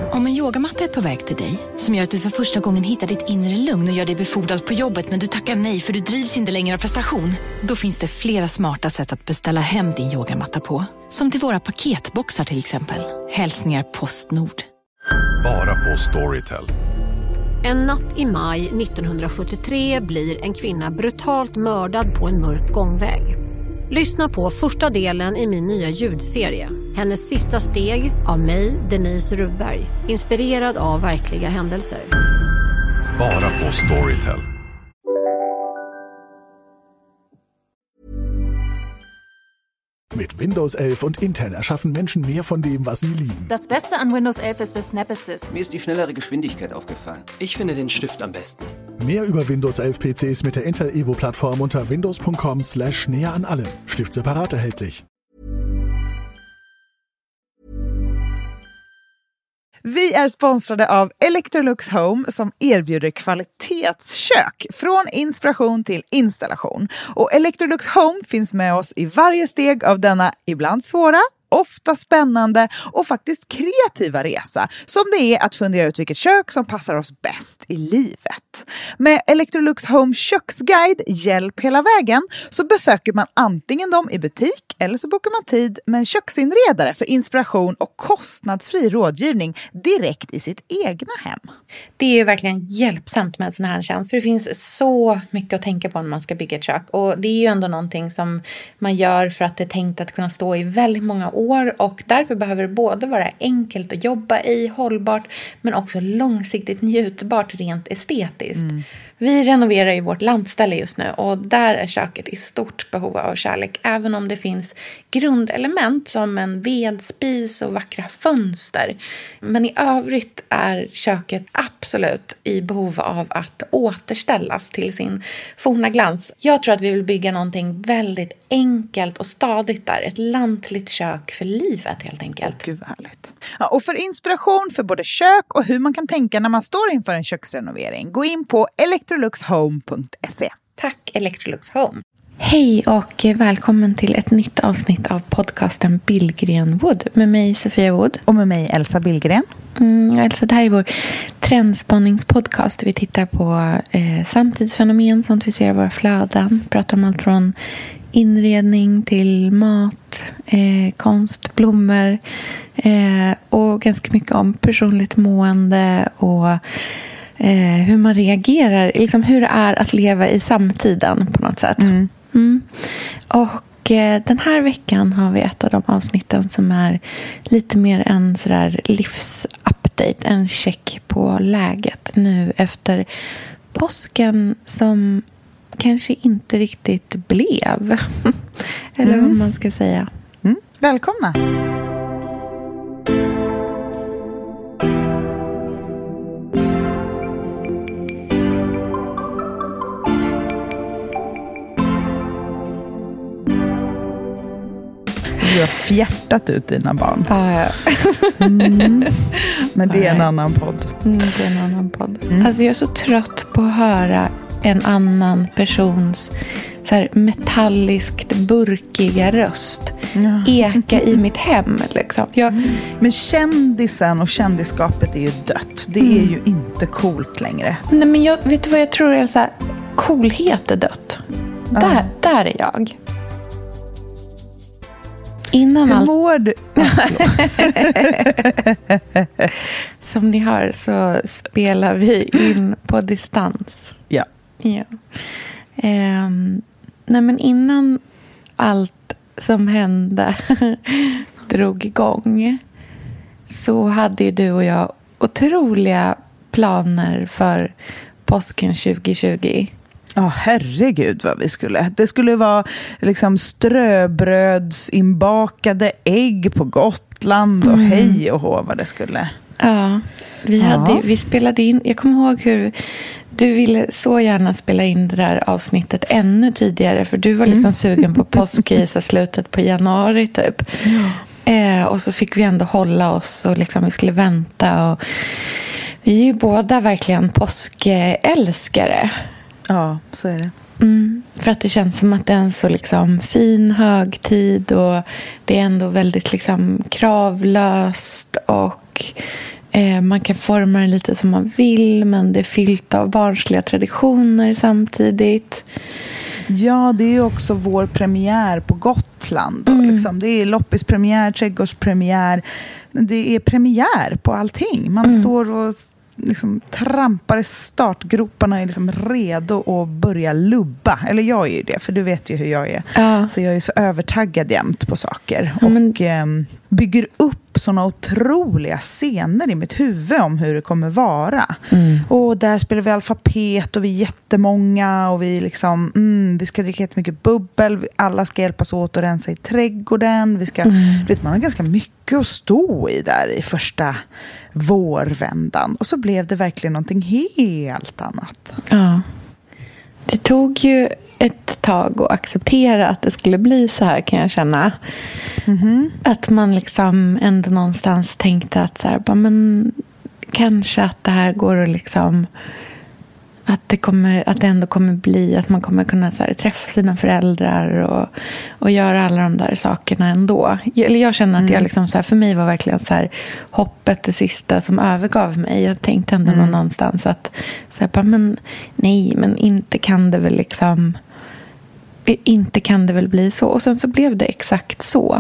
Om en yogamatta är på väg till dig, som gör att du för första gången hittar ditt inre lugn och gör dig befordrad på jobbet men du tackar nej för du drivs inte längre av prestation. Då finns det flera smarta sätt att beställa hem din yogamatta på. Som till våra paketboxar till exempel. Hälsningar Postnord. Bara på Storytel. En natt i maj 1973 blir en kvinna brutalt mördad på en mörk gångväg. Lyssna på första delen i min nya ljudserie. Hennes sista steg av mig, Denise Rubberg. Inspirerad av verkliga händelser. Bara på Storytel. Mit Windows 11 und Intel erschaffen Menschen mehr von dem, was sie lieben. Das Beste an Windows 11 ist der Snap Assist. Mir ist die schnellere Geschwindigkeit aufgefallen. Ich finde den Stift am besten. Mehr über Windows 11 PCs mit der Intel Evo-Plattform unter windows.com/näher an allem. Stift separat erhältlich. Vi är sponsrade av Electrolux Home som erbjuder kvalitetskök från inspiration till installation. Och Electrolux Home finns med oss i varje steg av denna ibland svåra, ofta spännande och faktiskt kreativa resa som det är att fundera ut vilket kök som passar oss bäst i livet. Med Electrolux Home köksguide hjälp hela vägen så besöker man antingen dem i butik eller så bokar man tid med en köksinredare för inspiration och kostnadsfri rådgivning direkt i sitt egna hem. Det är ju verkligen hjälpsamt med såna här tjänster. Det finns så mycket att tänka på när man ska bygga ett kök. Och det är ju ändå någonting som man gör för att det är tänkt att kunna stå i väldigt många år. Och därför behöver det både vara enkelt att jobba i, hållbart, men också långsiktigt njutbart rent estetiskt. Vi renoverar ju vårt landställe just nu och där är köket i stort behov av kärlek. Även om det finns grundelement som en vedspis och vackra fönster. Men i övrigt är köket absolut i behov av att återställas till sin forna glans. Jag tror att vi vill bygga någonting väldigt enkelt och stadigt där. Ett lantligt kök för livet helt enkelt. Gud vad härligt. Ja, och för inspiration för både kök och hur man kan tänka när man står inför en köksrenovering, gå in på electroluxhome.se. Tack Electrolux Home. Hej och välkommen till ett nytt avsnitt av podcasten Billgren Wood med mig Sofia Wood. Och med mig Elsa Billgren. Alltså det här är vår trendspanningspodcast. Vi tittar på samtidsfenomen som vi ser i våra flöden. Pratar om allt från inredning till mat, konst, blommor och ganska mycket om personligt mående och hur man reagerar, liksom hur det är att leva i samtiden på något sätt. Och den här veckan har vi ett av de avsnitten som är lite mer en sådär livsupdate, en check på läget nu efter påsken som kanske inte riktigt blev. Eller vad man ska säga. Välkomna! Du har fjärtat ut dina barn. Ja. Men det är en annan podd. Det är en annan podd. Alltså jag är så trött på att höra en annan persons så här metalliskt burkiga röst eka i mitt hem liksom. Men kändisen och kändisskapet är ju dött. Det är ju inte coolt längre. Nej men vet du vad jag tror är så här, coolhet är dött. Där är jag. Innan hur mår du? Som ni hör så spelar vi in på distans. Ja. Nej men innan allt som hände drog igång så hade ju du och jag otroliga planer för påsken 2020. Ja, herregud vad vi skulle. Det skulle vara liksom ströbrödsinbakade ägg på Gotland och hej och hå vad det skulle. Ja, vi spelade in. Jag kommer ihåg hur du ville så gärna spela in det där avsnittet ännu tidigare. För du var liksom sugen på påsk i slutet på januari typ. Och så fick vi ändå hålla oss och liksom vi skulle vänta. Och vi är ju båda verkligen påskälskare. Ja, så är det. För att det känns som att det är en så liksom fin högtid och det är ändå väldigt liksom kravlöst och Man kan forma det lite som man vill, men det är fyllt av barnsliga traditioner samtidigt. Ja, det är också vår premiär på Gotland. Liksom. Det är loppispremiär, trädgårdspremiär. Det är premiär på allting. Man står och liksom trampar i startgroparna och är liksom redo att börja lubba. Eller jag är ju det, för du vet ju hur jag är. Ja. Så jag är så övertaggad jämt på saker. Och bygger upp såna otroliga scener i mitt huvud om hur det kommer vara. Och där spelar vi alfabet och vi är jättemånga och vi liksom vi ska dricka jättemycket bubbel. Alla ska hjälpas åt att rensa i trädgården. Vi ska, man har ganska mycket att stå i där i första vårvändan. Och så blev det verkligen någonting helt annat. Ja. Det tog ju ett tag att acceptera att det skulle bli så här, kan jag känna. Att man liksom ändå någonstans tänkte att så här, men kanske att det här går att liksom att det ändå kommer bli att man kommer kunna så här, träffa sina föräldrar och göra alla de där sakerna ändå. Eller jag känner att jag liksom så här, för mig var verkligen så här hoppet det sista som övergav mig. Jag tänkte ändå någonstans att så här, men nej, men inte kan det väl bli så. Och sen så blev det exakt så.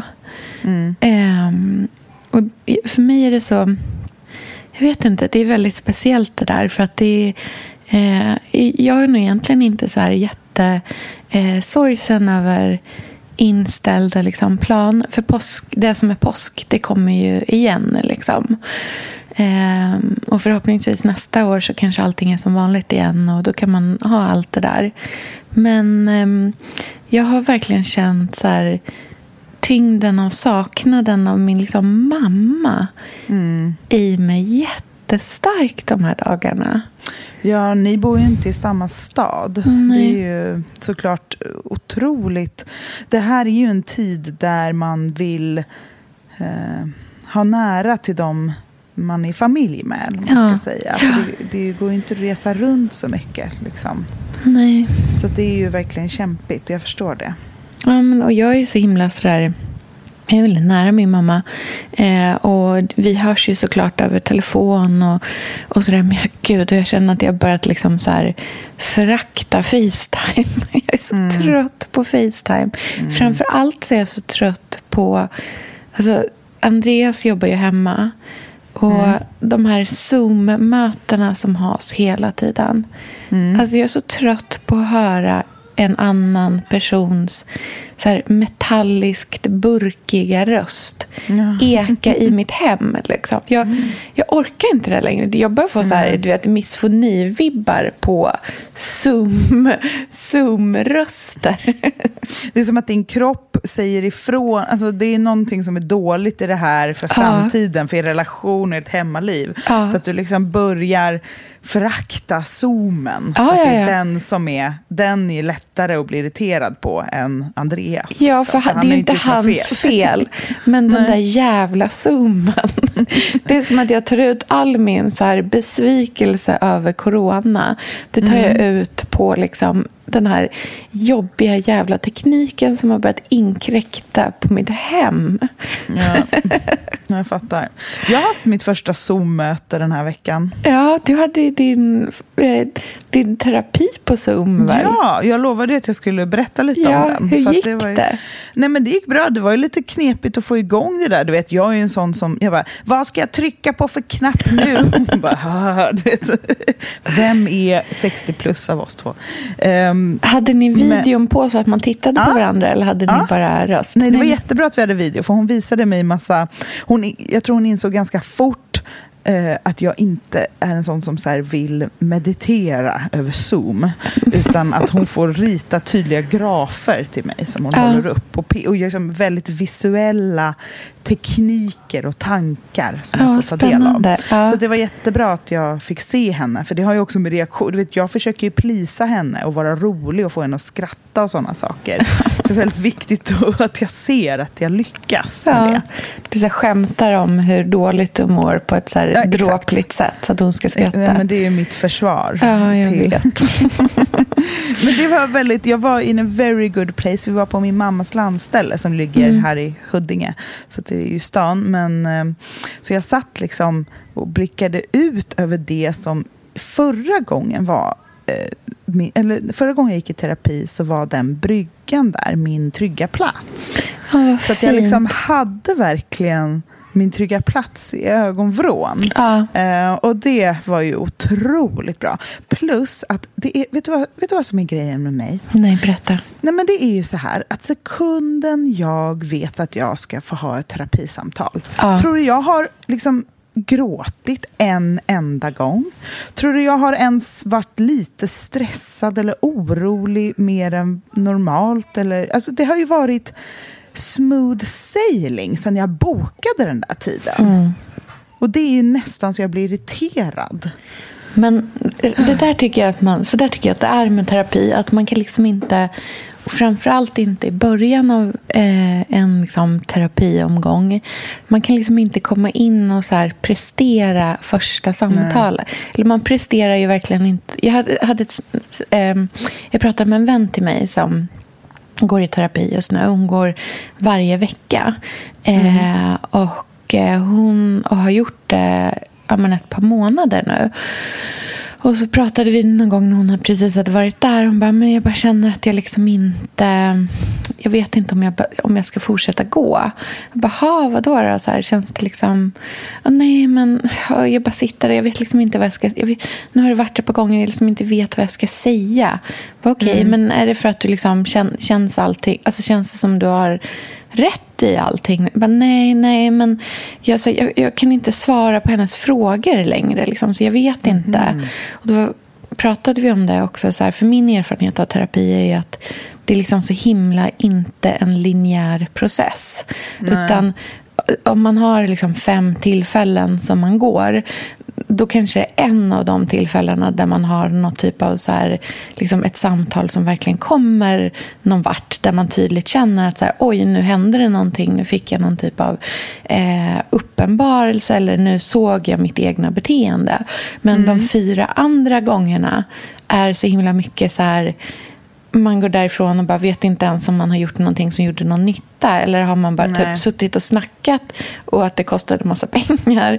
Och för mig är det så, jag vet inte, det är väldigt speciellt det där, för att det jag är nog egentligen inte så här sorgsen över inställda liksom plan, för det som är påsk, det kommer ju igen liksom. Och förhoppningsvis nästa år så kanske allting är som vanligt igen och då kan man ha allt det där. Men jag har verkligen känt så här tyngden och saknaden av min liksom mamma i mig jättestarkt de här dagarna. Ja, ni bor ju inte i samma stad. Det är ju såklart otroligt. Det här är ju en tid där man vill ha nära till dem man är familj med, om man ska säga. För det går ju inte att resa runt så mycket liksom. Nej. Så det är ju verkligen kämpigt, jag förstår det. Ja, men, och jag är ju så himla sådär, jag är väldigt nära min mamma och vi hörs ju såklart över telefon och sådär, men gud, jag känner att jag börjat liksom så här förakta FaceTime. Jag är så trött på FaceTime. Framförallt så är jag så trött på, alltså Andreas jobbar ju hemma och de här Zoom-mötena som has hela tiden. Alltså jag är så trött på att höra en annan persons så här metalliskt burkiga röst eka i mitt hem liksom. Jag orkar inte det längre. Jag börjar få så här, du vet, misfoni-vibbar på Zoom-röster. Det är som att din kropp säger ifrån, alltså det är någonting som är dåligt i det här för framtiden, för er relation och ert hemmaliv. Så att du liksom börjar förakta Zoomen. För att det är den som den är lättare att bli irriterad på än Andreas. Ja, för det är ju inte hans fel. Men den där jävla Zoomen. Det är som att jag tar ut all min så här besvikelse över corona. Det tar jag ut på liksom den här jobbiga jävla tekniken som har börjat inkräkta på mitt hem. Ja, jag fattar. Jag har haft mitt första Zoom-möte den här veckan. Ja, du hade din terapi på Zoom, väl? Ja, jag lovade att jag skulle berätta lite om den. Hur så gick det? Nej, men det gick bra. Det var ju lite knepigt att få igång det där. Du vet, jag är ju en sån som, jag bara, vad ska jag trycka på för knapp nu? Du vet, vem är 60 plus av oss två? Hade ni videon på så att man tittade på varandra, eller hade ni bara röst? Nej, det var jättebra att vi hade video, för hon visade mig massa, jag tror hon insåg ganska fort att jag inte är en sån som så här vill meditera över Zoom, utan att hon får rita tydliga grafer till mig som hon håller upp och gör liksom väldigt visuella tekniker och tankar som jag får ta del av. Så det var jättebra att jag fick se henne, för det har ju också med reaktion, du vet, jag försöker ju plisa henne och vara rolig och få henne att skratta och sådana saker. Så det är väldigt viktigt att jag ser att jag lyckas med det. Du så skämtar om hur dråpligt du mår på ett så här dråpligt sätt så att hon ska skratta. Ja, men det är mitt försvar. Ja, jag vet. Men det var väldigt, jag var in a very good place. Vi var på min mammas landställe som ligger här i Huddinge. Så det är ju stan. Men, så jag satt liksom och blickade ut över det som förra gången var... förra gången jag gick i terapi så var den bryggan där min trygga plats. Så att jag liksom hade verkligen min trygga plats i ögonvrån. Och det var ju otroligt bra. Plus att det är, vet du vad som är grejen med mig? Nej, berätta. Nej, men det är ju så här att sekunden jag vet att jag ska få ha ett terapisamtal. Tror du jag har liksom gråtit en enda gång? Tror du jag har ens varit lite stressad eller orolig mer än normalt? Eller, alltså det har ju varit smooth sailing sedan jag bokade den där tiden. Och det är ju nästan så jag blir irriterad. Men det där tycker jag så där tycker jag att det är med terapi, att man kan liksom inte, och framförallt inte i början av en liksom terapiomgång, man kan liksom inte komma in och så här prestera första samtalet. Eller man presterar ju verkligen inte. Jag pratade med en vän till mig som går i terapi just nu. Hon går varje vecka. Och hon har gjort det ett par månader nu. Och så pratade vi någon gång när hon precis hade varit där. Hon bara, men jag bara känner att jag liksom inte... Jag vet inte om jag ska fortsätta gå. Jag bara, vadå då? Så här, känns det liksom... nej, men jag bara sitter där. Jag vet liksom inte vad jag ska... nu har det varit ett par gånger. Jag liksom inte vet vad jag ska säga. Okej, men är det för att du liksom känns allting... Alltså känns det som du har rätt i allting? Jag bara, nej, men jag kan inte svara på hennes frågor längre. Liksom, så jag vet inte. Och då pratade vi om det också. Så här, för min erfarenhet av terapi är ju att det är liksom så himla inte en linjär process. Utan om man har liksom 5 tillfällen som man går, då kanske det är en av de tillfällena där man har någon typ av så här, liksom ett samtal som verkligen kommer någon vart, där man tydligt känner att så här, oj, nu händer det någonting, nu fick jag någon typ av uppenbarelse, eller nu såg jag mitt egna beteende. Men de 4 andra gångerna är så himla mycket så här, man går därifrån och bara vet inte ens om man har gjort någonting som gjorde någon nytta, eller har man bara typ suttit och snackat och att det kostade massa pengar.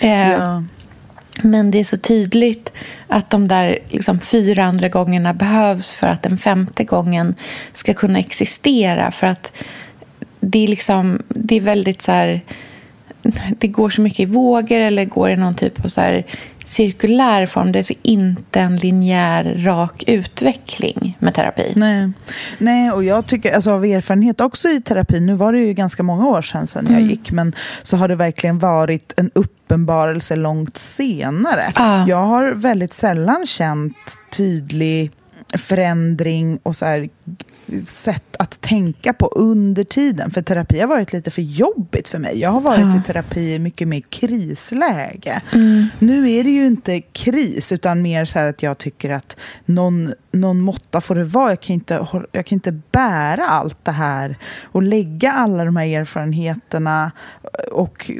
Men det är så tydligt att de där liksom 4 andra gångerna behövs för att den 5:e gången ska kunna existera, för att det är liksom, det är väldigt så här, det går så mycket i vågor, eller går i någon typ av så här cirkulär form. Det är inte en linjär, rak utveckling med terapi. Nej, och jag tycker, alltså av erfarenhet också i terapi, nu var det ju ganska många år sedan jag gick, men så har det verkligen varit en uppenbarelse långt senare. Jag har väldigt sällan känt tydlig förändring och så här sätt att tänka på under tiden, för terapi har varit lite för jobbigt för mig. Jag har varit i terapi mycket mer krisläge. Nu är det ju inte kris, utan mer så här att jag tycker att någon måtta får det vara. Jag kan inte bära allt det här och lägga alla de här erfarenheterna och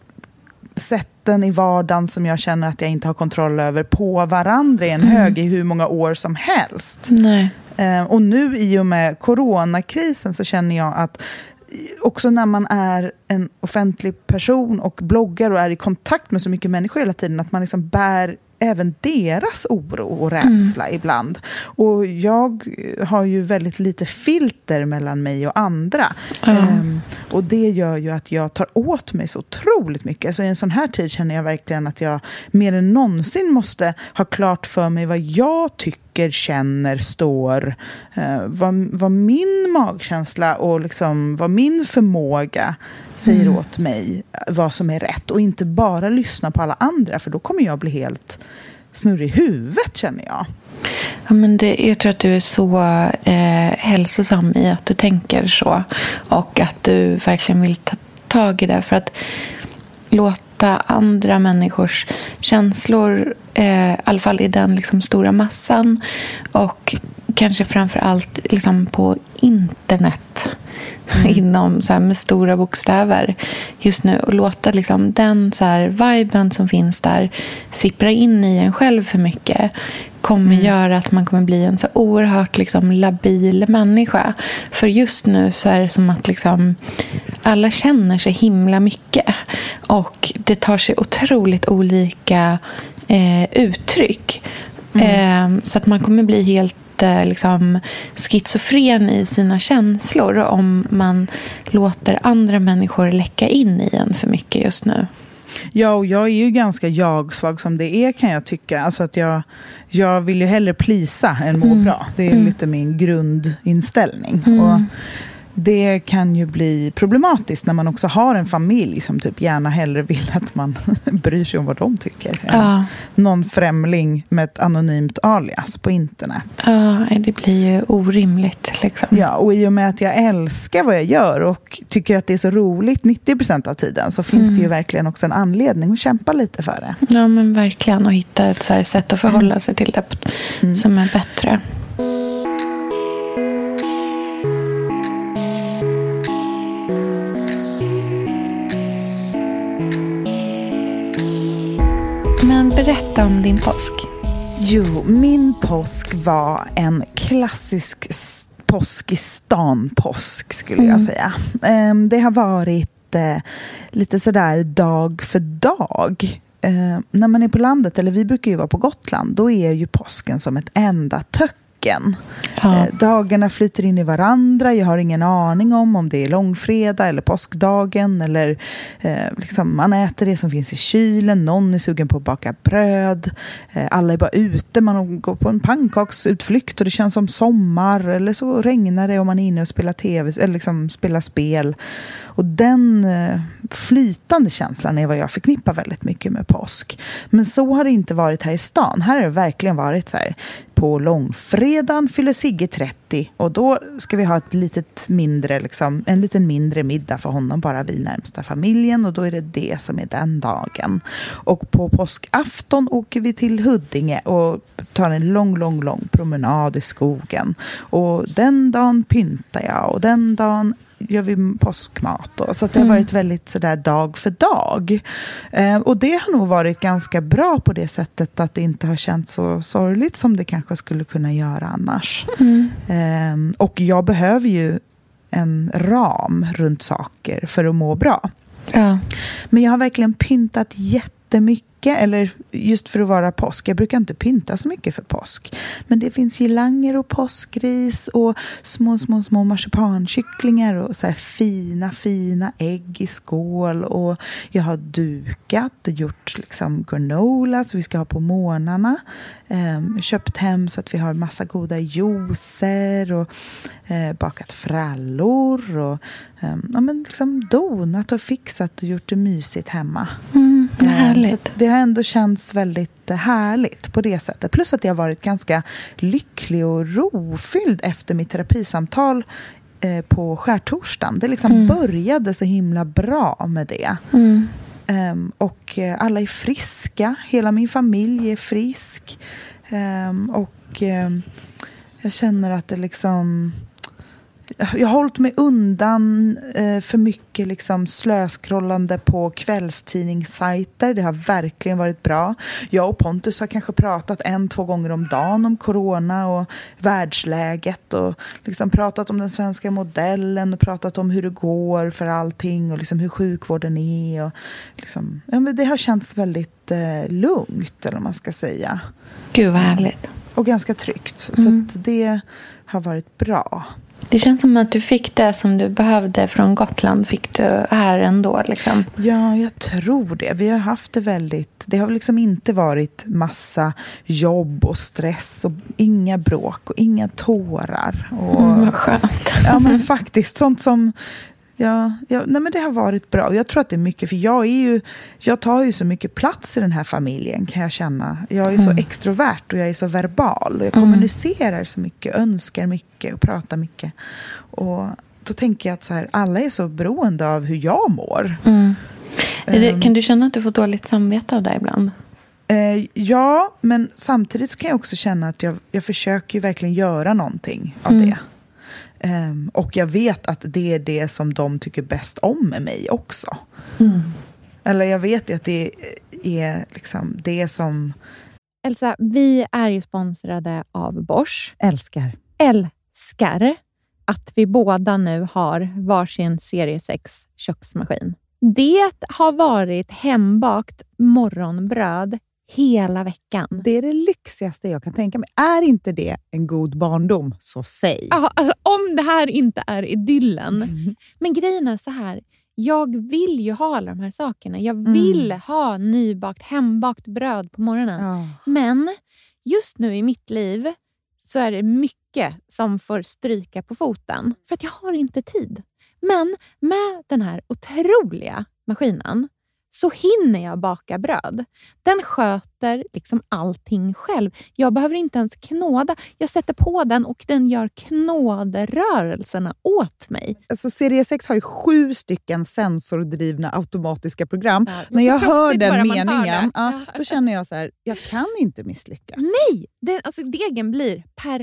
sätten i vardagen som jag känner att jag inte har kontroll över på varandra i en hög i hur många år som helst. Och nu i och med coronakrisen så känner jag att också när man är en offentlig person och bloggar och är i kontakt med så mycket människor hela tiden, att man liksom bär även deras oro och rädsla ibland. Och jag har ju väldigt lite filter mellan mig och andra. Och det gör ju att jag tar åt mig så otroligt mycket. Alltså i en sån här tid känner jag verkligen att jag mer än någonsin måste ha klart för mig vad jag tycker, känner, står. Vad min magkänsla och liksom vad min förmåga säger åt mig, vad som är rätt, och inte bara lyssna på alla andra, för då kommer jag bli helt snurrig i huvudet, känner jag. Ja, men jag tror att du är så hälsosam i att du tänker så, och att du verkligen vill ta tag i det, för att låta andra människors känslor, i alla fall i den liksom stora massan, och kanske framför allt liksom på internet, inom så här, med stora bokstäver just nu, och låta liksom den så här viben som finns där sippra in i en själv för mycket kommer göra att man kommer bli en så oerhört liksom labil människa. För just nu så är det som att liksom alla känner sig himla mycket, och det tar sig otroligt olika uttryck. Så att man kommer bli helt liksom schizofren i sina känslor om man låter andra människor läcka in i en för mycket just nu. Ja, och jag är ju ganska jag-svag som det är, kan jag tycka. Alltså att jag vill ju hellre plisa än må bra. Det är lite min grundinställning. Och det kan ju bli problematiskt när man också har en familj som typ gärna hellre vill att man bryr sig om vad de tycker. Ja. Någon främling med ett anonymt alias på internet. Ja, det blir ju orimligt liksom. Ja, och i och med att jag älskar vad jag gör och tycker att det är så roligt 90% av tiden, så finns det ju verkligen också en anledning att kämpa lite för det. Ja, men verkligen. Och hitta ett så här sätt att förhålla sig till det som är bättre. Men berätta om din påsk. Jo, min påsk var en klassisk påskistan-påsk skulle jag säga. Det har varit lite sådär dag för dag. När man är på landet, eller vi brukar ju vara på Gotland, då är ju påsken som ett enda töcken. Ja. Dagarna flyter in i varandra. Jag har ingen aning om det är långfredag eller påskdagen, eller liksom man äter det som finns i kylen. Någon är sugen på att baka bröd. Alla är bara ute. Man går på en pannkaksutflykt och det känns som sommar, eller så regnar det och man är inne och spelar tv eller liksom spelar spel. Och den flytande känslan är vad jag förknippar väldigt mycket med påsk. Men så har det inte varit här i stan. Här har det verkligen varit så här: på långfredagen fyller Sigge 30 och då ska vi ha ett litet mindre, liksom, en liten mindre middag för honom, bara vi närmsta familjen, och då är det som är den dagen. Och på påskafton åker vi till Huddinge och tar en lång promenad i skogen. Och den dagen pyntar jag, och den dagen gör vi påskmat. Så att det har varit väldigt sådär dag för dag. Och det har nog varit ganska bra på det sättet att det inte har känts så sorgligt som det kanske skulle kunna göra annars. Och jag behöver ju en ram runt saker för att må bra. Ja. Men jag har verkligen pyntat jättemycket, eller just för att vara påsk. Jag brukar inte pynta så mycket för påsk. Men det finns girlanger och påskris och små marsipankycklingar och så här fina ägg i skål. Och jag har dukat och gjort liksom granola så vi ska ha på morgnarna. Köpt hem så att vi har massa goda juicer och bakat frallor och men liksom donat och fixat och gjort det mysigt hemma. Härligt. Så det har ändå känts väldigt härligt på det sättet. Plus att jag har varit ganska lycklig och rofylld efter mitt terapisamtal på skärtorsdagen. Det liksom började så himla bra med det. Och alla är friska. Hela min familj är frisk. Och jag känner att det liksom... Jag har hållit mig undan för mycket liksom slöskrollande på kvällstidningssajter. Det har verkligen varit bra. Jag och Pontus har kanske pratat 1-2 gånger om dagen om corona och världsläget, och liksom pratat om den svenska modellen och pratat om hur det går för allting och liksom hur sjukvården är. Och liksom, det har känts väldigt lugnt, eller vad man ska säga. Gud vad härligt. Och ganska tryggt. Så att det har varit bra. Det känns som att du fick det som du behövde från Gotland, fick du här ändå liksom. Ja, jag tror det. Vi har haft det väldigt... Det har liksom inte varit massa jobb och stress och inga bråk och inga tårar. Och, vad skönt. Ja, men faktiskt. Sånt som... nej, men det har varit bra. Jag tror att det är mycket, för jag tar ju så mycket plats i den här familjen, kan jag känna. Jag är så extrovert och jag är så verbal och jag kommunicerar så mycket, önskar mycket och pratar mycket. Och då tänker jag att så här, alla är så beroende av hur jag mår. Kan du känna att du får dåligt samvete av det ibland? Ja, men samtidigt så kan jag också känna att jag försöker ju verkligen göra någonting av det. Och jag vet att det är det som de tycker bäst om med mig också. Eller jag vet ju att det är liksom det som... Elsa, vi är ju sponsrade av Bosch. Älskar att vi båda nu har varsin serie 6 köksmaskin. Det har varit hembakt morgonbröd hela veckan. Det är det lyxigaste jag kan tänka mig. Är inte det en god barndom, så säg. Ja, alltså, om det här inte är idyllen. Men grejen är så här. Jag vill ju ha alla de här sakerna. Jag vill ha nybakt, hembakt bröd på morgonen. Ja. Men just nu i mitt liv så är det mycket som får stryka på foten. För att jag har inte tid. Men med den här otroliga maskinen så hinner jag baka bröd. Den sköter liksom allting själv. Jag behöver inte ens knåda. Jag sätter på den och den gör knåderörelserna åt mig. Alltså serie 6 har ju 7 stycken sensordrivna automatiska program. Ja, när jag hör den meningen, då känner jag så här, jag kan inte misslyckas. Nej, degen blir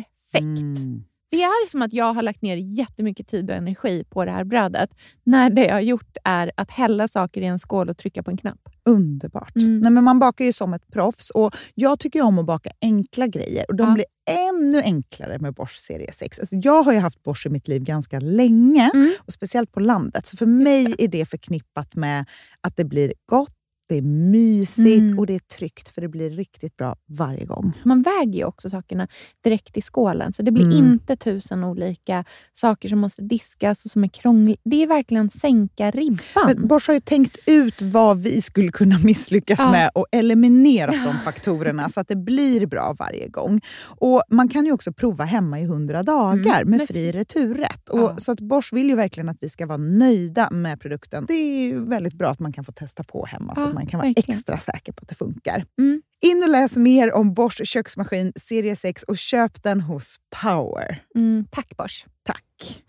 perfekt. Det är som att jag har lagt ner jättemycket tid och energi på det här brödet. När det jag har gjort är att hälla saker i en skål och trycka på en knapp. Underbart. Nej, men man bakar ju som ett proffs. Och jag tycker om att baka enkla grejer. Och de blir ännu enklare med Bosch serie 6. Alltså jag har ju haft Bosch i mitt liv ganska länge. Och speciellt på landet. Så för mig är det förknippat med att det blir gott. Det är mysigt och det är tryggt, för det blir riktigt bra varje gång. Man väger ju också sakerna direkt i skålen. Så det blir inte 1000 olika saker som måste diskas och som är krångligt. Det är verkligen sänka ribban. Men Bosch har ju tänkt ut vad vi skulle kunna misslyckas med och eliminera de faktorerna så att det blir bra varje gång. Och man kan ju också prova hemma i 100 dagar med fri returrätt. Och så att Bosch vill ju verkligen att vi ska vara nöjda med produkten. Det är ju väldigt bra att man kan få testa på hemma så att man kan vara extra säker på att det funkar. In och läs mer om Bosch köksmaskin serie 6 och köp den hos Power. Tack Bosch. Tack.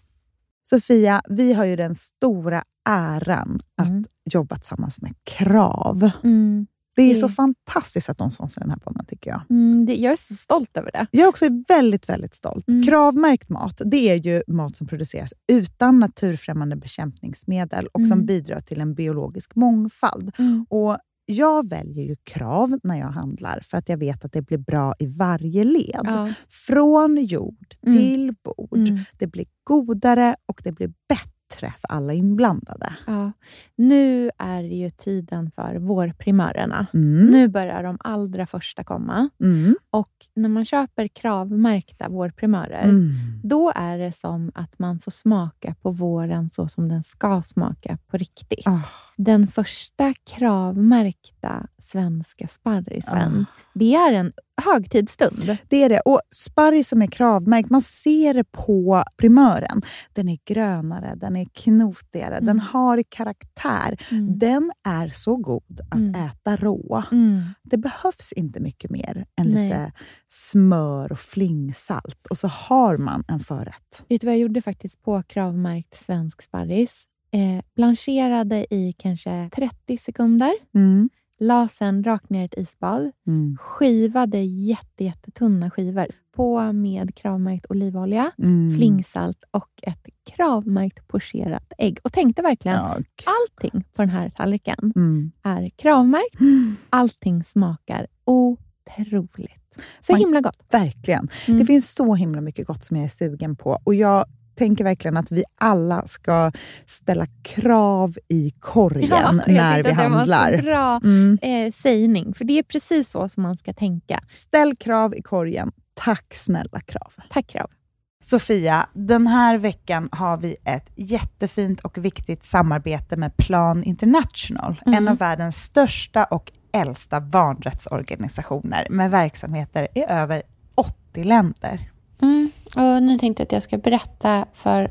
Sofia, vi har ju den stora äran att jobba tillsammans med Krav. Det är så fantastiskt att de sponsrar den här podden, tycker jag. Jag är så stolt över det. Jag är också väldigt, väldigt stolt. Kravmärkt mat, det är ju mat som produceras utan naturfrämmande bekämpningsmedel och som bidrar till en biologisk mångfald. Och jag väljer ju Krav när jag handlar för att jag vet att det blir bra i varje led. Från jord till bord. Det blir godare och det blir bättre för alla inblandade. Ja. Nu är det ju tiden för vårprimörerna. Nu börjar de allra första komma. Och när man köper kravmärkta vårprimörer, då är det som att man får smaka på våren så som den ska smaka på riktigt. Den första kravmärkta svenska sparrisen, det är en högtidsstund. Det är det. Och sparris som är kravmärkt, man ser det på primören. Den är grönare, den är knotigare, den har karaktär. Den är så god att äta rå. Det behövs inte mycket mer än lite smör och flingsalt. Och så har man en förrätt. Vet du vad jag gjorde faktiskt på kravmärkt svensk sparris? Blancherade i kanske 30 sekunder. La sen rakt ner ett isbad. Skivade jättetunna skivor. På med kravmärkt olivolja, flingsalt och ett kravmärkt pocherat ägg. Och tänkte verkligen, allting på den här tallriken är kravmärkt. Allting smakar otroligt. Så himla gott. Verkligen. Det finns så himla mycket gott som jag är sugen på. Och jag tänker verkligen att vi alla ska ställa krav i korgen när vi handlar. Det var så bra sägning. För det är precis så som man ska tänka. Ställ krav i korgen. Tack snälla Krav. Tack Krav. Sofia, den här veckan har vi ett jättefint och viktigt samarbete med Plan International. En av världens största och äldsta barnrättsorganisationer med verksamheter i över 80 länder. Och nu tänkte jag att jag ska berätta för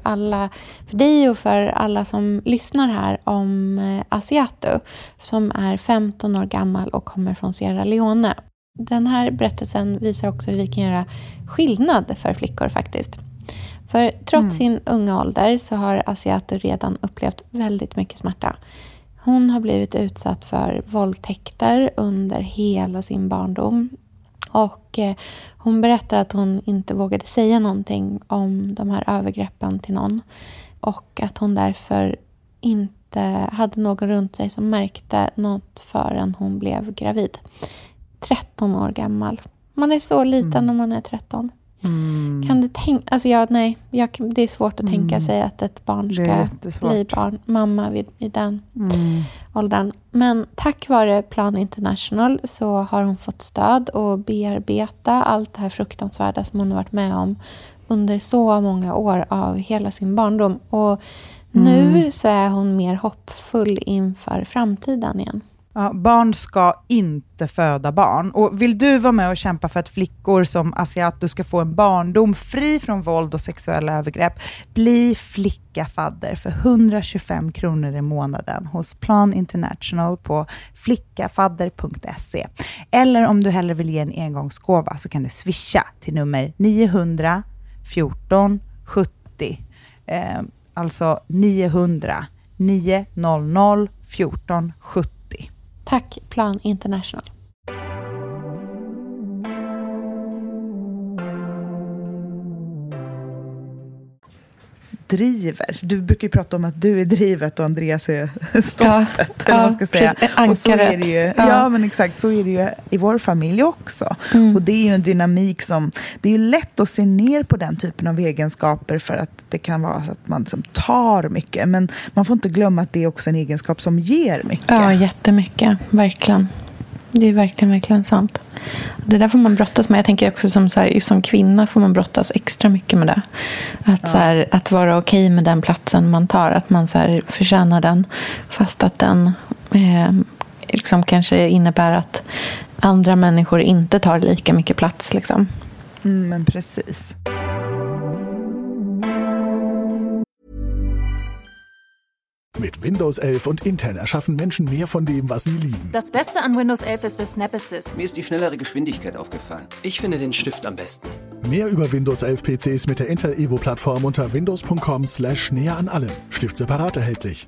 dig och för alla som lyssnar här om Asiato, som är 15 år gammal och kommer från Sierra Leone. Den här berättelsen visar också hur vi kan göra skillnad för flickor faktiskt. För trots sin unga ålder så har Asiato redan upplevt väldigt mycket smärta. Hon har blivit utsatt för våldtäkter under hela sin barndom. Och hon berättar att hon inte vågade säga någonting om de här övergreppen till någon. Och att hon därför inte hade någon runt sig som märkte något förrän hon blev gravid. 13 år gammal. Man är så liten när man är 13. Kan du tänka... Alltså det är svårt att tänka sig att ett barn ska bli mamma vid den åldern. Men tack vare Plan International så har hon fått stöd och bearbeta allt det här fruktansvärda som hon har varit med om under så många år av hela sin barndom. Och nu så är hon mer hoppfull inför framtiden igen. Ja, barn ska inte föda barn. Och vill du vara med och kämpa för att flickor som Assiatou ska få en barndom fri från våld och sexuella övergrepp, bli flickafadder för 125 kronor i månaden hos Plan International på flickafadder.se. Eller om du hellre vill ge en engångsgåva så kan du swisha till nummer 900 14 70. Alltså 900 900 14 70. Tack Plan International. Driver. Du brukar ju prata om att du är drivet och Andreas är stoppet. Eller vad man ska säga. Och så är det ju, ja men exakt, så är det ju i vår familj också. Och det är ju en dynamik som, det är ju lätt att se ner på den typen av egenskaper för att det kan vara så att man som tar mycket. Men man får inte glömma att det är också en egenskap som ger mycket. Ja, jättemycket. Verkligen. Det är verkligen sant. Det där får man brottas med. Jag tänker också som kvinna får man brottas extra mycket med det. Att vara okej med den platsen man tar. Att man förtjänar den. Fast att den liksom kanske innebär att andra människor inte tar lika mycket plats. Liksom. Men precis. Mit Windows 11 und Intel erschaffen Menschen mehr von dem, was sie lieben. Das Beste an Windows 11 ist der Snap Assist. Mir ist die schnellere Geschwindigkeit aufgefallen. Ich finde den Stift am besten. Mehr über Windows 11 PCs mit der Intel Evo-Plattform unter windows.com/näher an allem. Stift separat erhältlich.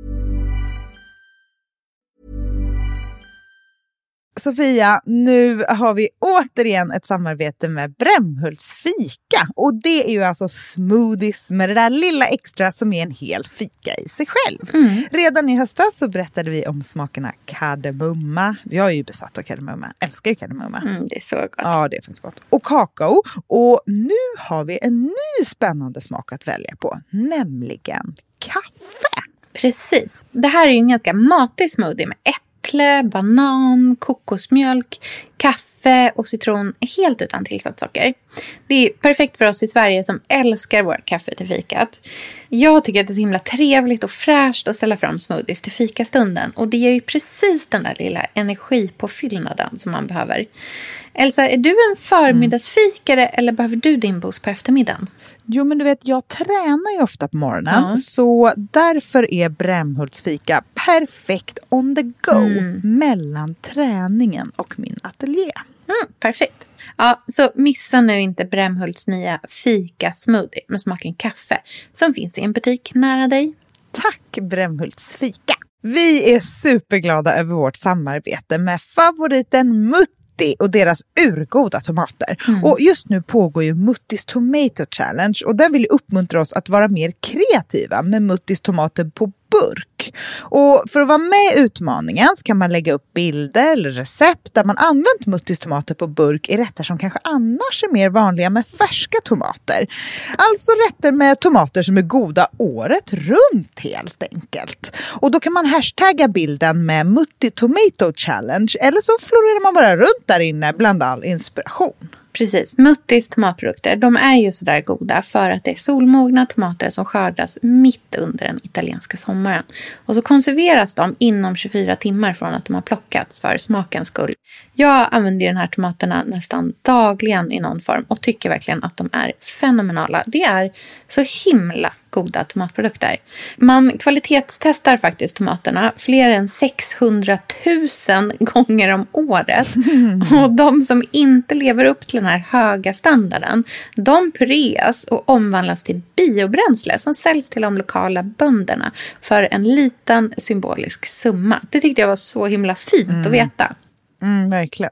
Sofia, nu har vi återigen ett samarbete med Brämhults fika. Och det är ju alltså smoothies med det där lilla extra som är en hel fika i sig själv. Redan i höstas så berättade vi om smakerna kardemumma. Jag är ju besatt av kardemumma. Älskar ju kardemumma. Det är så gott. Ja, det är faktiskt gott. Och kakao. Och nu har vi en ny spännande smak att välja på. Nämligen kaffe. Precis. Det här är ju en ganska matig smoothie med äpple, banan, kokosmjölk, kaffe och citron helt utan tillsatssocker. Det är perfekt för oss i Sverige som älskar vårt kaffe till fikat. Jag tycker att det är så himla trevligt och fräscht att ställa fram smoothies till fikastunden. Och det är ju precis den där lilla energipåfyllnaden som man behöver. Elsa, är du en förmiddagsfikare eller behöver du din boost på eftermiddagen? Jo, men du vet, jag tränar ju ofta på morgonen. Så därför är Brämhults fika perfekt on the go mellan träningen och min ateljé. Perfekt. Ja, så missa nu inte Brämhults nya fika-smoothie med smaken kaffe som finns i en butik nära dig. Tack Brämhults fika! Vi är superglada över vårt samarbete med favoriten Mutti och deras urgoda tomater. Och just nu pågår ju Muttis Tomato Challenge och där vill jag uppmuntra oss att vara mer kreativa med Muttis tomater på burk. Och för att vara med i utmaningen så kan man lägga upp bilder eller recept där man använt Muttis tomater på burk i rätter som kanske annars är mer vanliga med färska tomater. Alltså rätter med tomater som är goda året runt helt enkelt. Och då kan man hashtagga bilden med Mutti Tomato Challenge eller så florerar man bara runt där inne bland all inspiration. Precis, Muttis tomatprodukter, de är ju sådär goda för att det är solmogna tomater som skördas mitt under den italienska sommaren. Och så konserveras de inom 24 timmar från att de har plockats för smakens skull. Jag använder de här tomaterna nästan dagligen i någon form och tycker verkligen att de är fenomenala. Det är så himla goda tomatprodukter. Man kvalitetstestar faktiskt tomaterna fler än 600 000 gånger om året. Och de som inte lever upp till den här höga standarden, de pureas och omvandlas till biobränsle som säljs till de lokala bönderna för en liten symbolisk summa. Det tyckte jag var så himla fint att veta. Verkligen.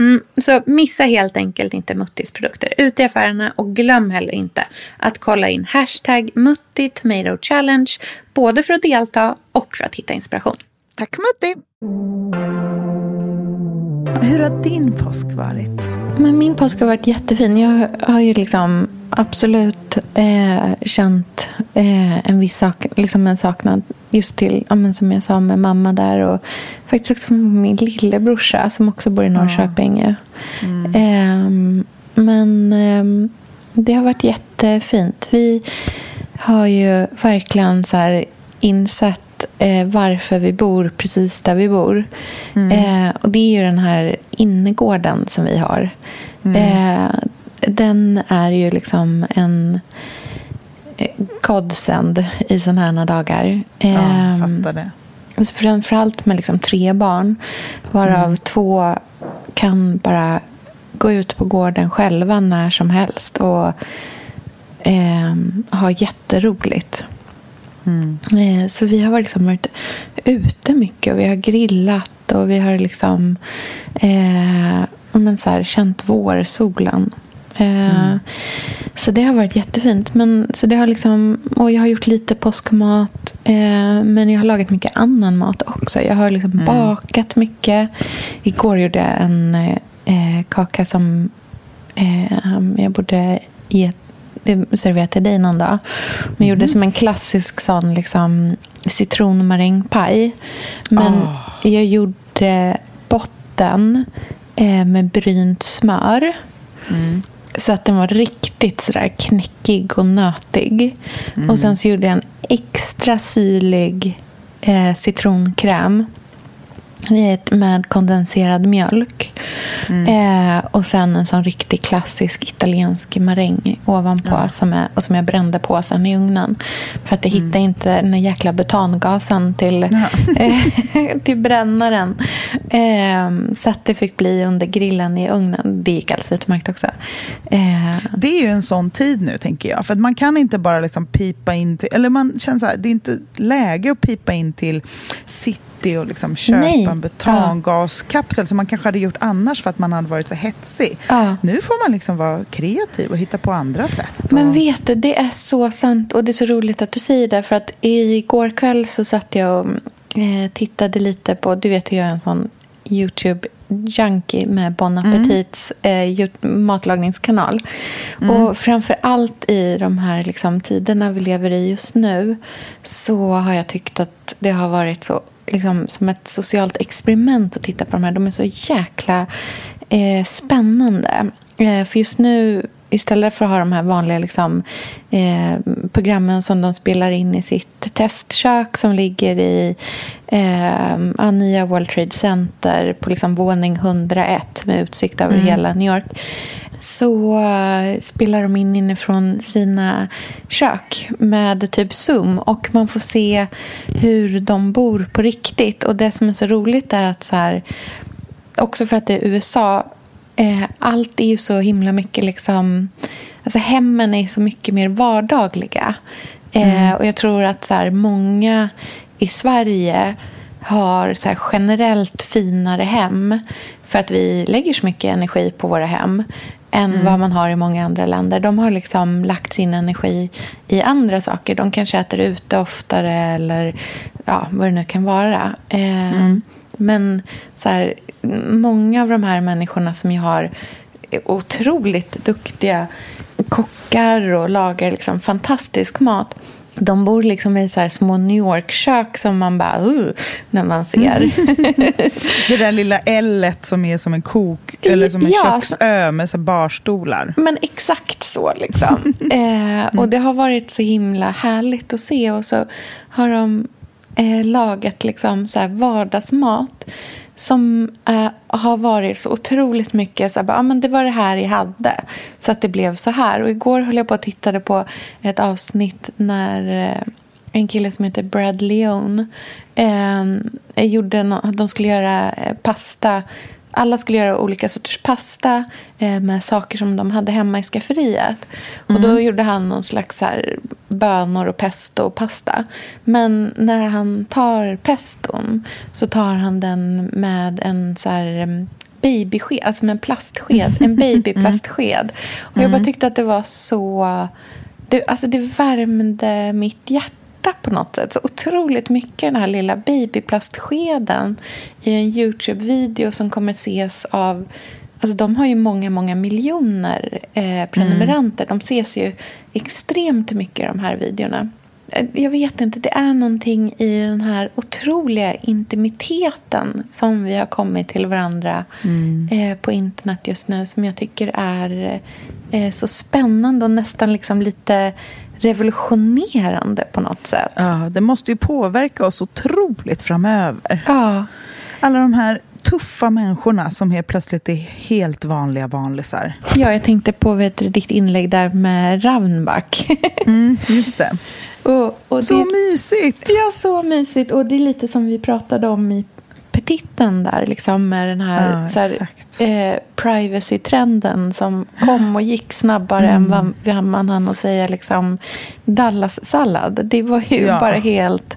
Så missa helt enkelt inte Muttis produkter ute i affärerna och glöm heller inte att kolla in #MuttiTomatoChallenge både för att delta och för att hitta inspiration. Tack Mutti! Hur har din påsk varit? Men min påsk har varit jättefin. Jag har ju liksom absolut känt en viss en saknad just till, som jag sa, med mamma där och faktiskt också med min lillebrorsa som också bor i Norrköping. Men det har varit jättefint. Vi har ju verkligen så här insett varför vi bor precis där vi bor. Och det är ju den här innergården som vi har. Den är ju liksom en godsend i såna här dagar. Fattar det. Alltså framförallt med liksom 3 barn, varav 2 kan bara gå ut på gården själva när som helst och ha jätteroligt. Så vi har liksom varit ute mycket och vi har grillat och vi har liksom känt vårsolen. Så det har varit jättefint. Så det har liksom, och jag har gjort lite påskmat, men jag har lagat mycket annan mat också. Jag har liksom bakat mycket. Igår gjorde jag en kaka som jag borde servera till dig någon dag. Men gjorde som en klassisk sån liksom citronmarängpaj. Men jag gjorde botten med brynt smör. Så att den var riktigt sådär knäckig och nötig. Och sen så gjorde jag en extra syrlig citronkräm med kondenserad mjölk. Och sen en sån riktigt klassisk italiensk maräng ovanpå som jag brände på sen i ugnen. För att jag hittade inte den jäkla butangasen till brännaren. Så att det fick bli under grillen i ugnen. Det gick alldeles utmärkt också. Det är ju en sån tid nu, tänker jag. För att man kan inte bara liksom pipa in till, eller man känner så här, det är inte läge att pipa in till city och liksom köpa en butangaskapsel som man kanske hade gjort annars för att man hade varit så hetsig. Nu får man liksom vara kreativ och hitta på andra sätt. Men vet du, det är så sant och det är så roligt att du säger det, för att igår kväll så satt jag och tittade lite på, du vet hur jag är en sån YouTube-junkie med Bon Appetits matlagningskanal. Och framför allt i de här liksom tiderna vi lever i just nu så har jag tyckt att det har varit så liksom som ett socialt experiment att titta på de här. De är så jäkla spännande. För just nu, istället för att ha de här vanliga liksom, programmen som de spelar in i sitt testkök som ligger i nya World Trade Center på liksom våning 101 med utsikt över hela New York, så spelar de in inifrån sina kök med typ Zoom och man får se hur de bor på riktigt. Och det som är så roligt är att så här, också för att det är USA, allt är ju så himla mycket liksom, alltså hemmen är så mycket mer vardagliga. Och jag tror att så här, många i Sverige har så här generellt finare hem för att vi lägger så mycket energi på våra hem än vad man har i många andra länder. De har liksom lagt sin energi i andra saker. De kanske äter ute oftare eller ja, vad det nu kan vara. Men så här, många av de här människorna som jag har otroligt duktiga kockar och lagar liksom fantastisk mat. De bor liksom i så här små New York-kök som man bara när man ser. Det där lilla L-et som är som en kok eller som en köksö med så barstolar. Men exakt så liksom. Och det har varit så himla härligt att se. Och så har de lagat liksom så här vardagsmat som har varit så otroligt mycket så här, men det var det här jag hade så att det blev så här. Och igår höll jag på att titta på ett avsnitt när en kille som heter Brad Leone de skulle göra pasta. Alla skulle göra olika sorters pasta med saker som de hade hemma i skafferiet. Och då gjorde han någon slags så här bönor och pesto och pasta. Men när han tar peston så tar han den med en så här babysked, alltså med en plastsked, en babyplastsked. Och jag bara tyckte att det var så... Det värmde mitt hjärta på något sätt. Så otroligt mycket den här lilla babyplastskeden i en YouTube-video som kommer ses av... Alltså de har ju många miljoner prenumeranter. De ses ju extremt mycket i de här videorna. Jag vet inte, det är någonting i den här otroliga intimiteten som vi har kommit till varandra på internet just nu, som jag tycker är så spännande och nästan liksom lite revolutionerande på något sätt. Ja, det måste ju påverka oss otroligt framöver. Ja. Alla de här tuffa människorna som helt plötsligt är helt vanlisar. Ja, jag tänkte på ditt inlägg där med Ravnback. Just det. Och så mysigt! Ja, så mysigt. Och det är lite som vi pratade om i petiten där, liksom med den här, privacy-trenden som kom och gick snabbare än vad man hann att säga liksom Dallas-sallad. Det var ju bara helt...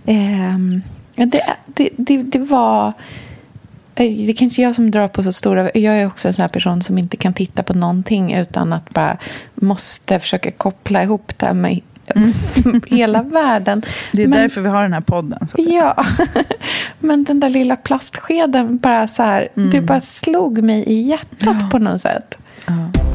Det var... Det är kanske jag som drar på så stora... Jag är också en sån här person som inte kan titta på någonting utan att bara måste försöka koppla ihop det med hela världen. Det är därför vi har den här podden. Så. Ja, men den där lilla plastskeden bara så här, det bara slog mig i hjärtat på något sätt. Ja.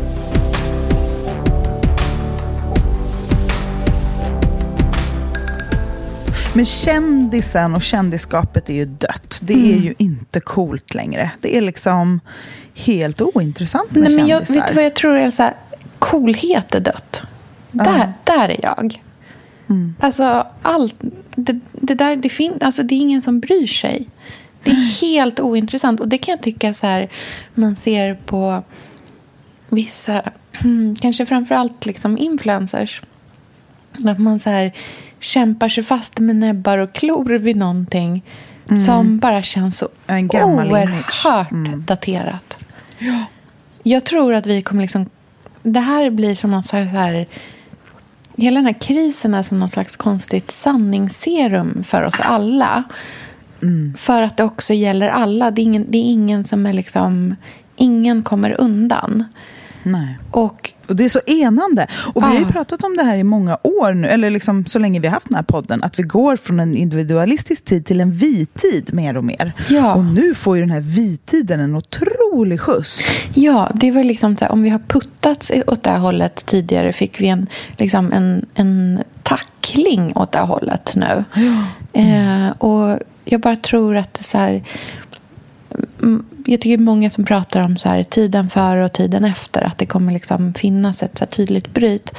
Men kändisen och kändiskapet är ju dött. Det är ju inte coolt längre. Det är liksom helt ointressant med kändisar. Vet du vad jag tror är så här, coolhet är dött. Där är jag. Alltså allt det där, det finns, alltså det är ingen som bryr sig. Det är helt ointressant, och det kan jag tycka så här, man ser på vissa kanske framförallt liksom influencers, att man så här kämpar sig fast med näbbar och klor vid någonting som bara känns så oerhört daterat. Ja. Jag tror att vi kommer liksom, det här blir som någon så här, hela den här krisen är som någon slags konstigt sanningsserum för oss alla. För att det också gäller alla. Det är ingen som är liksom, ingen kommer undan. Nej. Och det är så enande. Och vi har ju pratat om det här i många år nu, eller liksom så länge vi har haft den här podden, att vi går från en individualistisk tid till en vi-tid mer och mer. Ja. Och nu får ju den här vi-tiden en otrolig skjuts. Ja, det var liksom så här, om vi har puttats åt det här hållet tidigare, fick vi en tackling åt det här hållet nu. Ja. Och jag bara tror att det så här, jag tycker många som pratar om så här, tiden före och tiden efter, att det kommer liksom finnas ett så här tydligt bryt.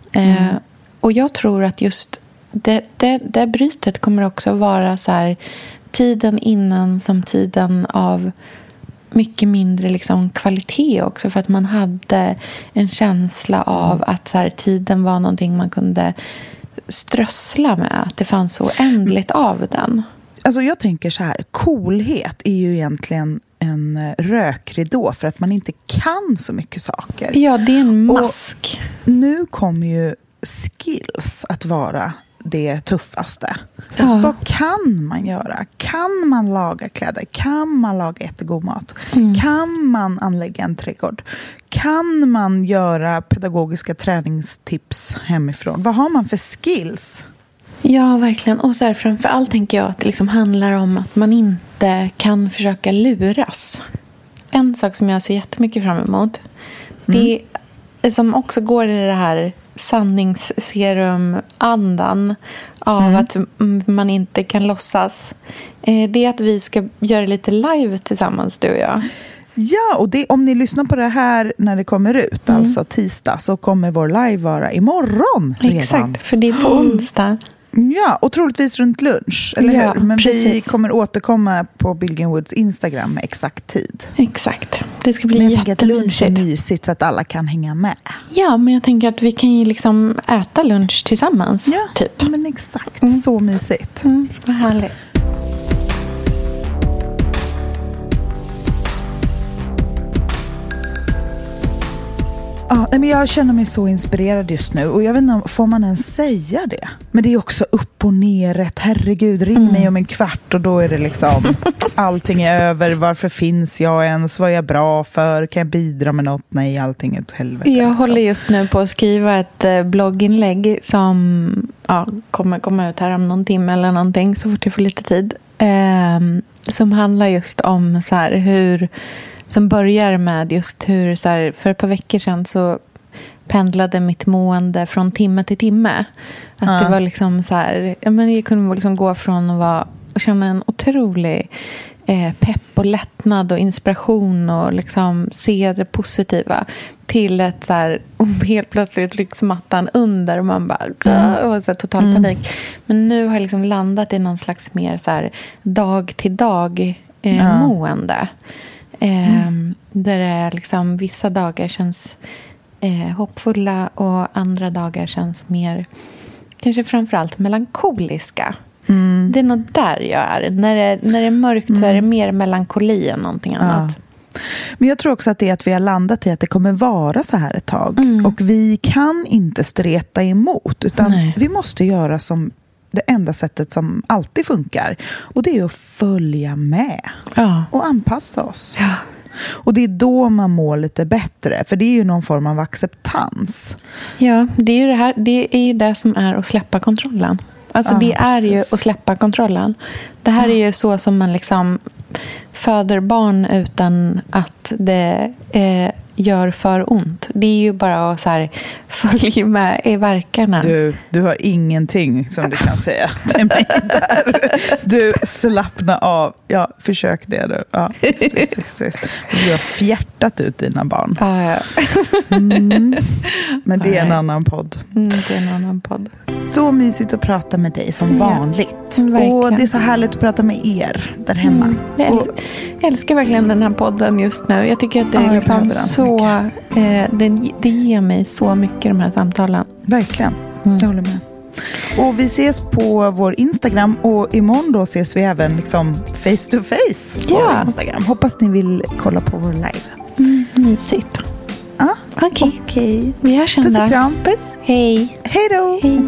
Och jag tror att just det brytet kommer också vara så här, tiden innan som tiden av mycket mindre liksom kvalitet också, för att man hade en känsla av att så här, tiden var någonting man kunde strössla med, att det fanns så oändligt av den. Alltså jag tänker så här, coolhet är ju egentligen en rökridå för att man inte kan så mycket saker. Ja, det är en mask. Och nu kommer ju skills att vara det tuffaste. Så vad kan man göra? Kan man laga kläder? Kan man laga jättegod mat? Kan man anlägga en trädgård? Kan man göra pedagogiska träningstips hemifrån? Vad har man för skills? Ja, verkligen. Och så här, framförallt tänker jag att det liksom handlar om att man inte kan försöka luras. En sak som jag ser jättemycket fram emot, det är, som också går i det här sanningsserum-andan av att man inte kan låtsas. Det är att vi ska göra lite live tillsammans, du och jag. Ja, och om ni lyssnar på det här när det kommer ut, alltså tisdag, så kommer vår live vara imorgon redan. Exakt, för det är på onsdag. Ja, och troligtvis runt lunch, eller hur? Men precis. Vi kommer återkomma på Billgrenwoods Instagram med exakt tid. Exakt, det ska bli jättemysigt. Lunch är mysigt så att alla kan hänga med. Ja, men jag tänker att vi kan ju liksom äta lunch tillsammans. Ja, typ. Men exakt, så mysigt. Vad härligt. Ja, men jag känner mig så inspirerad just nu. Och jag vet inte, får man ens säga det? Men det är också upp och ner rätt. Herregud, ring mig om en kvart och då är det liksom allting är över. Varför finns jag ens? Vad är jag bra för? Kan jag bidra med något? Nej, allting är ett helvete. Jag håller just nu på att skriva ett blogginlägg som kommer komma ut här om någon timme eller någonting så fort jag får lite tid. Som handlar just om så här hur... Som börjar med just hur så här, för ett par veckor sedan så pendlade mitt mående från timme till timme. Att det var liksom så här, jag kunde liksom gå från att känna en otrolig pepp och lättnad och inspiration och liksom se det positiva till ett så här, helt plötsligt rycks mattan under och man bara och så här, total panik. Men nu har jag liksom landat i någon slags mer så här dag till dag mående. Där det liksom vissa dagar känns hoppfulla och andra dagar känns mer kanske framförallt melankoliska. Det är nog där jag är. När det är mörkt så är det mer melankoli än någonting annat. Men jag tror också att det är att vi har landat i att det kommer vara så här ett tag. Och vi kan inte streta emot utan vi måste göra som det enda sättet som alltid funkar. Och det är att följa med. Och anpassa oss. Och det är då man mår lite bättre. För det är ju någon form av acceptans. Ja, det är ju det här. Det är ju det som är att släppa kontrollen. Alltså det är ju att släppa kontrollen. Det här är ju så som man liksom föder barn utan att det gör för ont. Det är ju bara att så här, följa med i verkarna. Du har ingenting som du kan säga till mig där. Du slappna av. Ja, försök det då. Ja, visst. Du har fjärtat ut dina barn. Ja. Men det är en annan podd. Det är en annan podd. Så mysigt att prata med dig som vanligt. Verkligen. Och det är så härligt att prata med er där hemma. Jag älskar verkligen den här podden just nu. Jag tycker att det är liksom så... det ger mig så mycket de här samtalen. Verkligen, jag håller med. Och vi ses på vår Instagram. Och imorgon då ses vi även liksom face to face på Instagram. Hoppas ni vill kolla på vår live. Mysigt. Okej. Vi hörs sen då. Puss och kram. Puss. Hej. Hej då. Hej.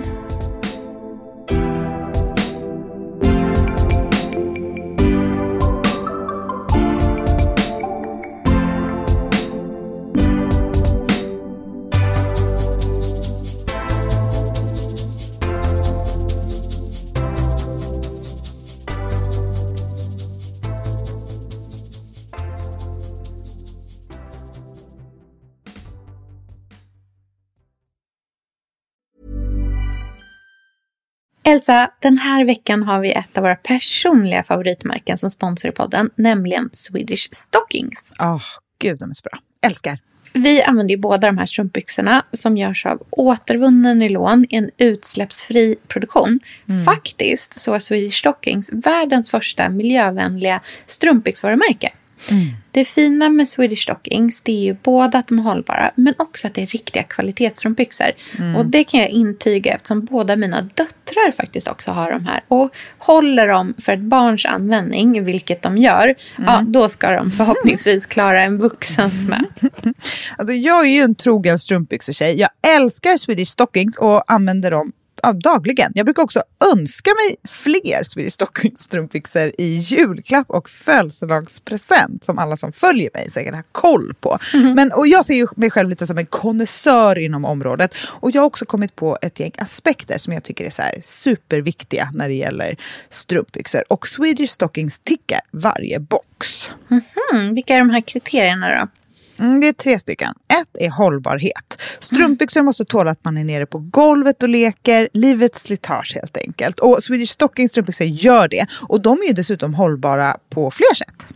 Elsa, den här veckan har vi ett av våra personliga favoritmärken som sponsor i podden, nämligen Swedish Stockings. Gud, de är så bra. Älskar. Vi använder ju båda de här strumpbyxorna som görs av återvunnen nylon i en utsläppsfri produktion. Faktiskt så är Swedish Stockings världens första miljövänliga strumpbyxvarumärke. Det fina med Swedish Stockings, det är ju både att de är hållbara men också att det är riktiga kvalitetsstrumpbyxor. Och det kan jag intyga eftersom båda mina döttrar faktiskt också har de här. Och håller de för ett barns användning, vilket de gör, då ska de förhoppningsvis klara en vuxens med. Alltså jag är ju en trogen strumpbyxor-tjej. Jag älskar Swedish Stockings och använder dem dagligen. Jag brukar också önska mig fler Swedish Stockings strumpbyxor i julklapp och födelsedagspresent som alla som följer mig säkert har koll på. Och jag ser ju mig själv lite som en konnässör inom området och jag har också kommit på ett gäng aspekter som jag tycker är så här superviktiga när det gäller strumpbyxor och Swedish Stockings tickar varje box. Vilka är de här kriterierna då? Det är 3 stycken. 1 är hållbarhet. Strumpbyxor måste tåla att man är nere på golvet och leker. Livets slitage helt enkelt. Och Swedish Stockings strumpbyxor gör det. Och de är ju dessutom hållbara på fler sätt.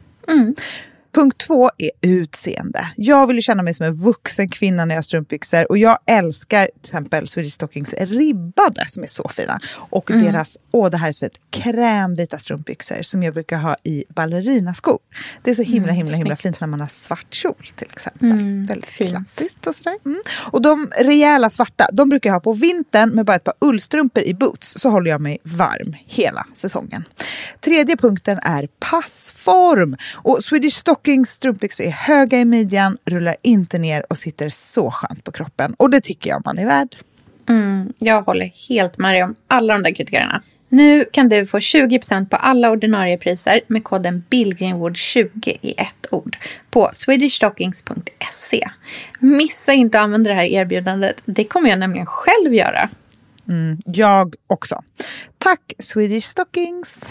Punkt 2 är utseende. Jag vill ju känna mig som en vuxen kvinna när jag har strumpbyxor. Och jag älskar till exempel Swedish Stockings ribbade som är så fina. Och deras, det här är så krämvita strumpbyxor som jag brukar ha i ballerinaskor. Det är så himla fint när man har svart kjol till exempel. Väldigt klassiskt och sådär. Och de rejäla svarta, de brukar jag ha på vintern med bara ett par ullstrumpor i boots. Så håller jag mig varm hela säsongen. 3:e punkten är passform. Och Swedish Stockings Stockings strumpbyxor är höga i midjan, rullar inte ner och sitter så skönt på kroppen. Och det tycker jag man är värd. Jag håller helt med dig om alla de där kriterierna. Nu kan du få 20% på alla ordinarie priser med koden Billgrenwood20 i ett ord på swedishstockings.se. Missa inte att använda det här erbjudandet. Det kommer jag nämligen själv göra. Jag också. Tack Swedish Stockings!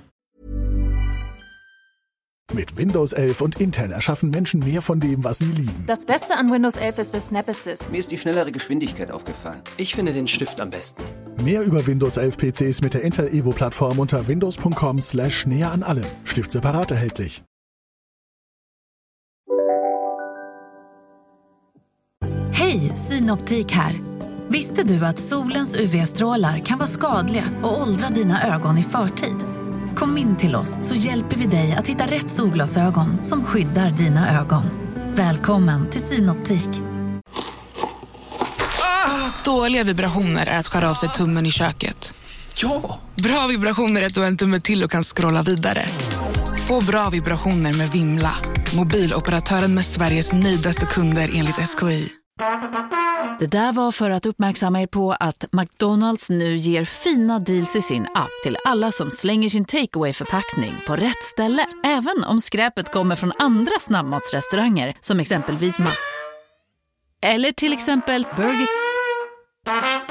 Mit Windows 11 und Intel erschaffen Menschen mehr von dem, was sie lieben. Das Beste an Windows 11 ist der Snap Assist. Mir ist die schnellere Geschwindigkeit aufgefallen. Ich finde den Stift am besten. Mehr über Windows 11 PCs mit der Intel Evo-Plattform unter windows.com/näher an allem. Stift separat erhältlich. Hej, Synoptik här. Visste du att solens UV-strålar kan vara skadliga och åldra dina ögon i förtid? Kom in till oss så hjälper vi dig att hitta rätt solglasögon som skyddar dina ögon. Välkommen till Synoptik. Dåliga vibrationer är att skära av sig tummen i köket. Ja! Bra vibrationer är att du har en tumme till och kan scrolla vidare. Få bra vibrationer med Vimla. Mobiloperatören med Sveriges nöjdaste kunder enligt SKI. Det där var för att uppmärksamma er på att McDonalds nu ger fina deals i sin app till alla som slänger sin takeaway-förpackning på rätt ställe. Även om skräpet kommer från andra snabbmatsrestauranger som exempelvis eller till exempel Burger.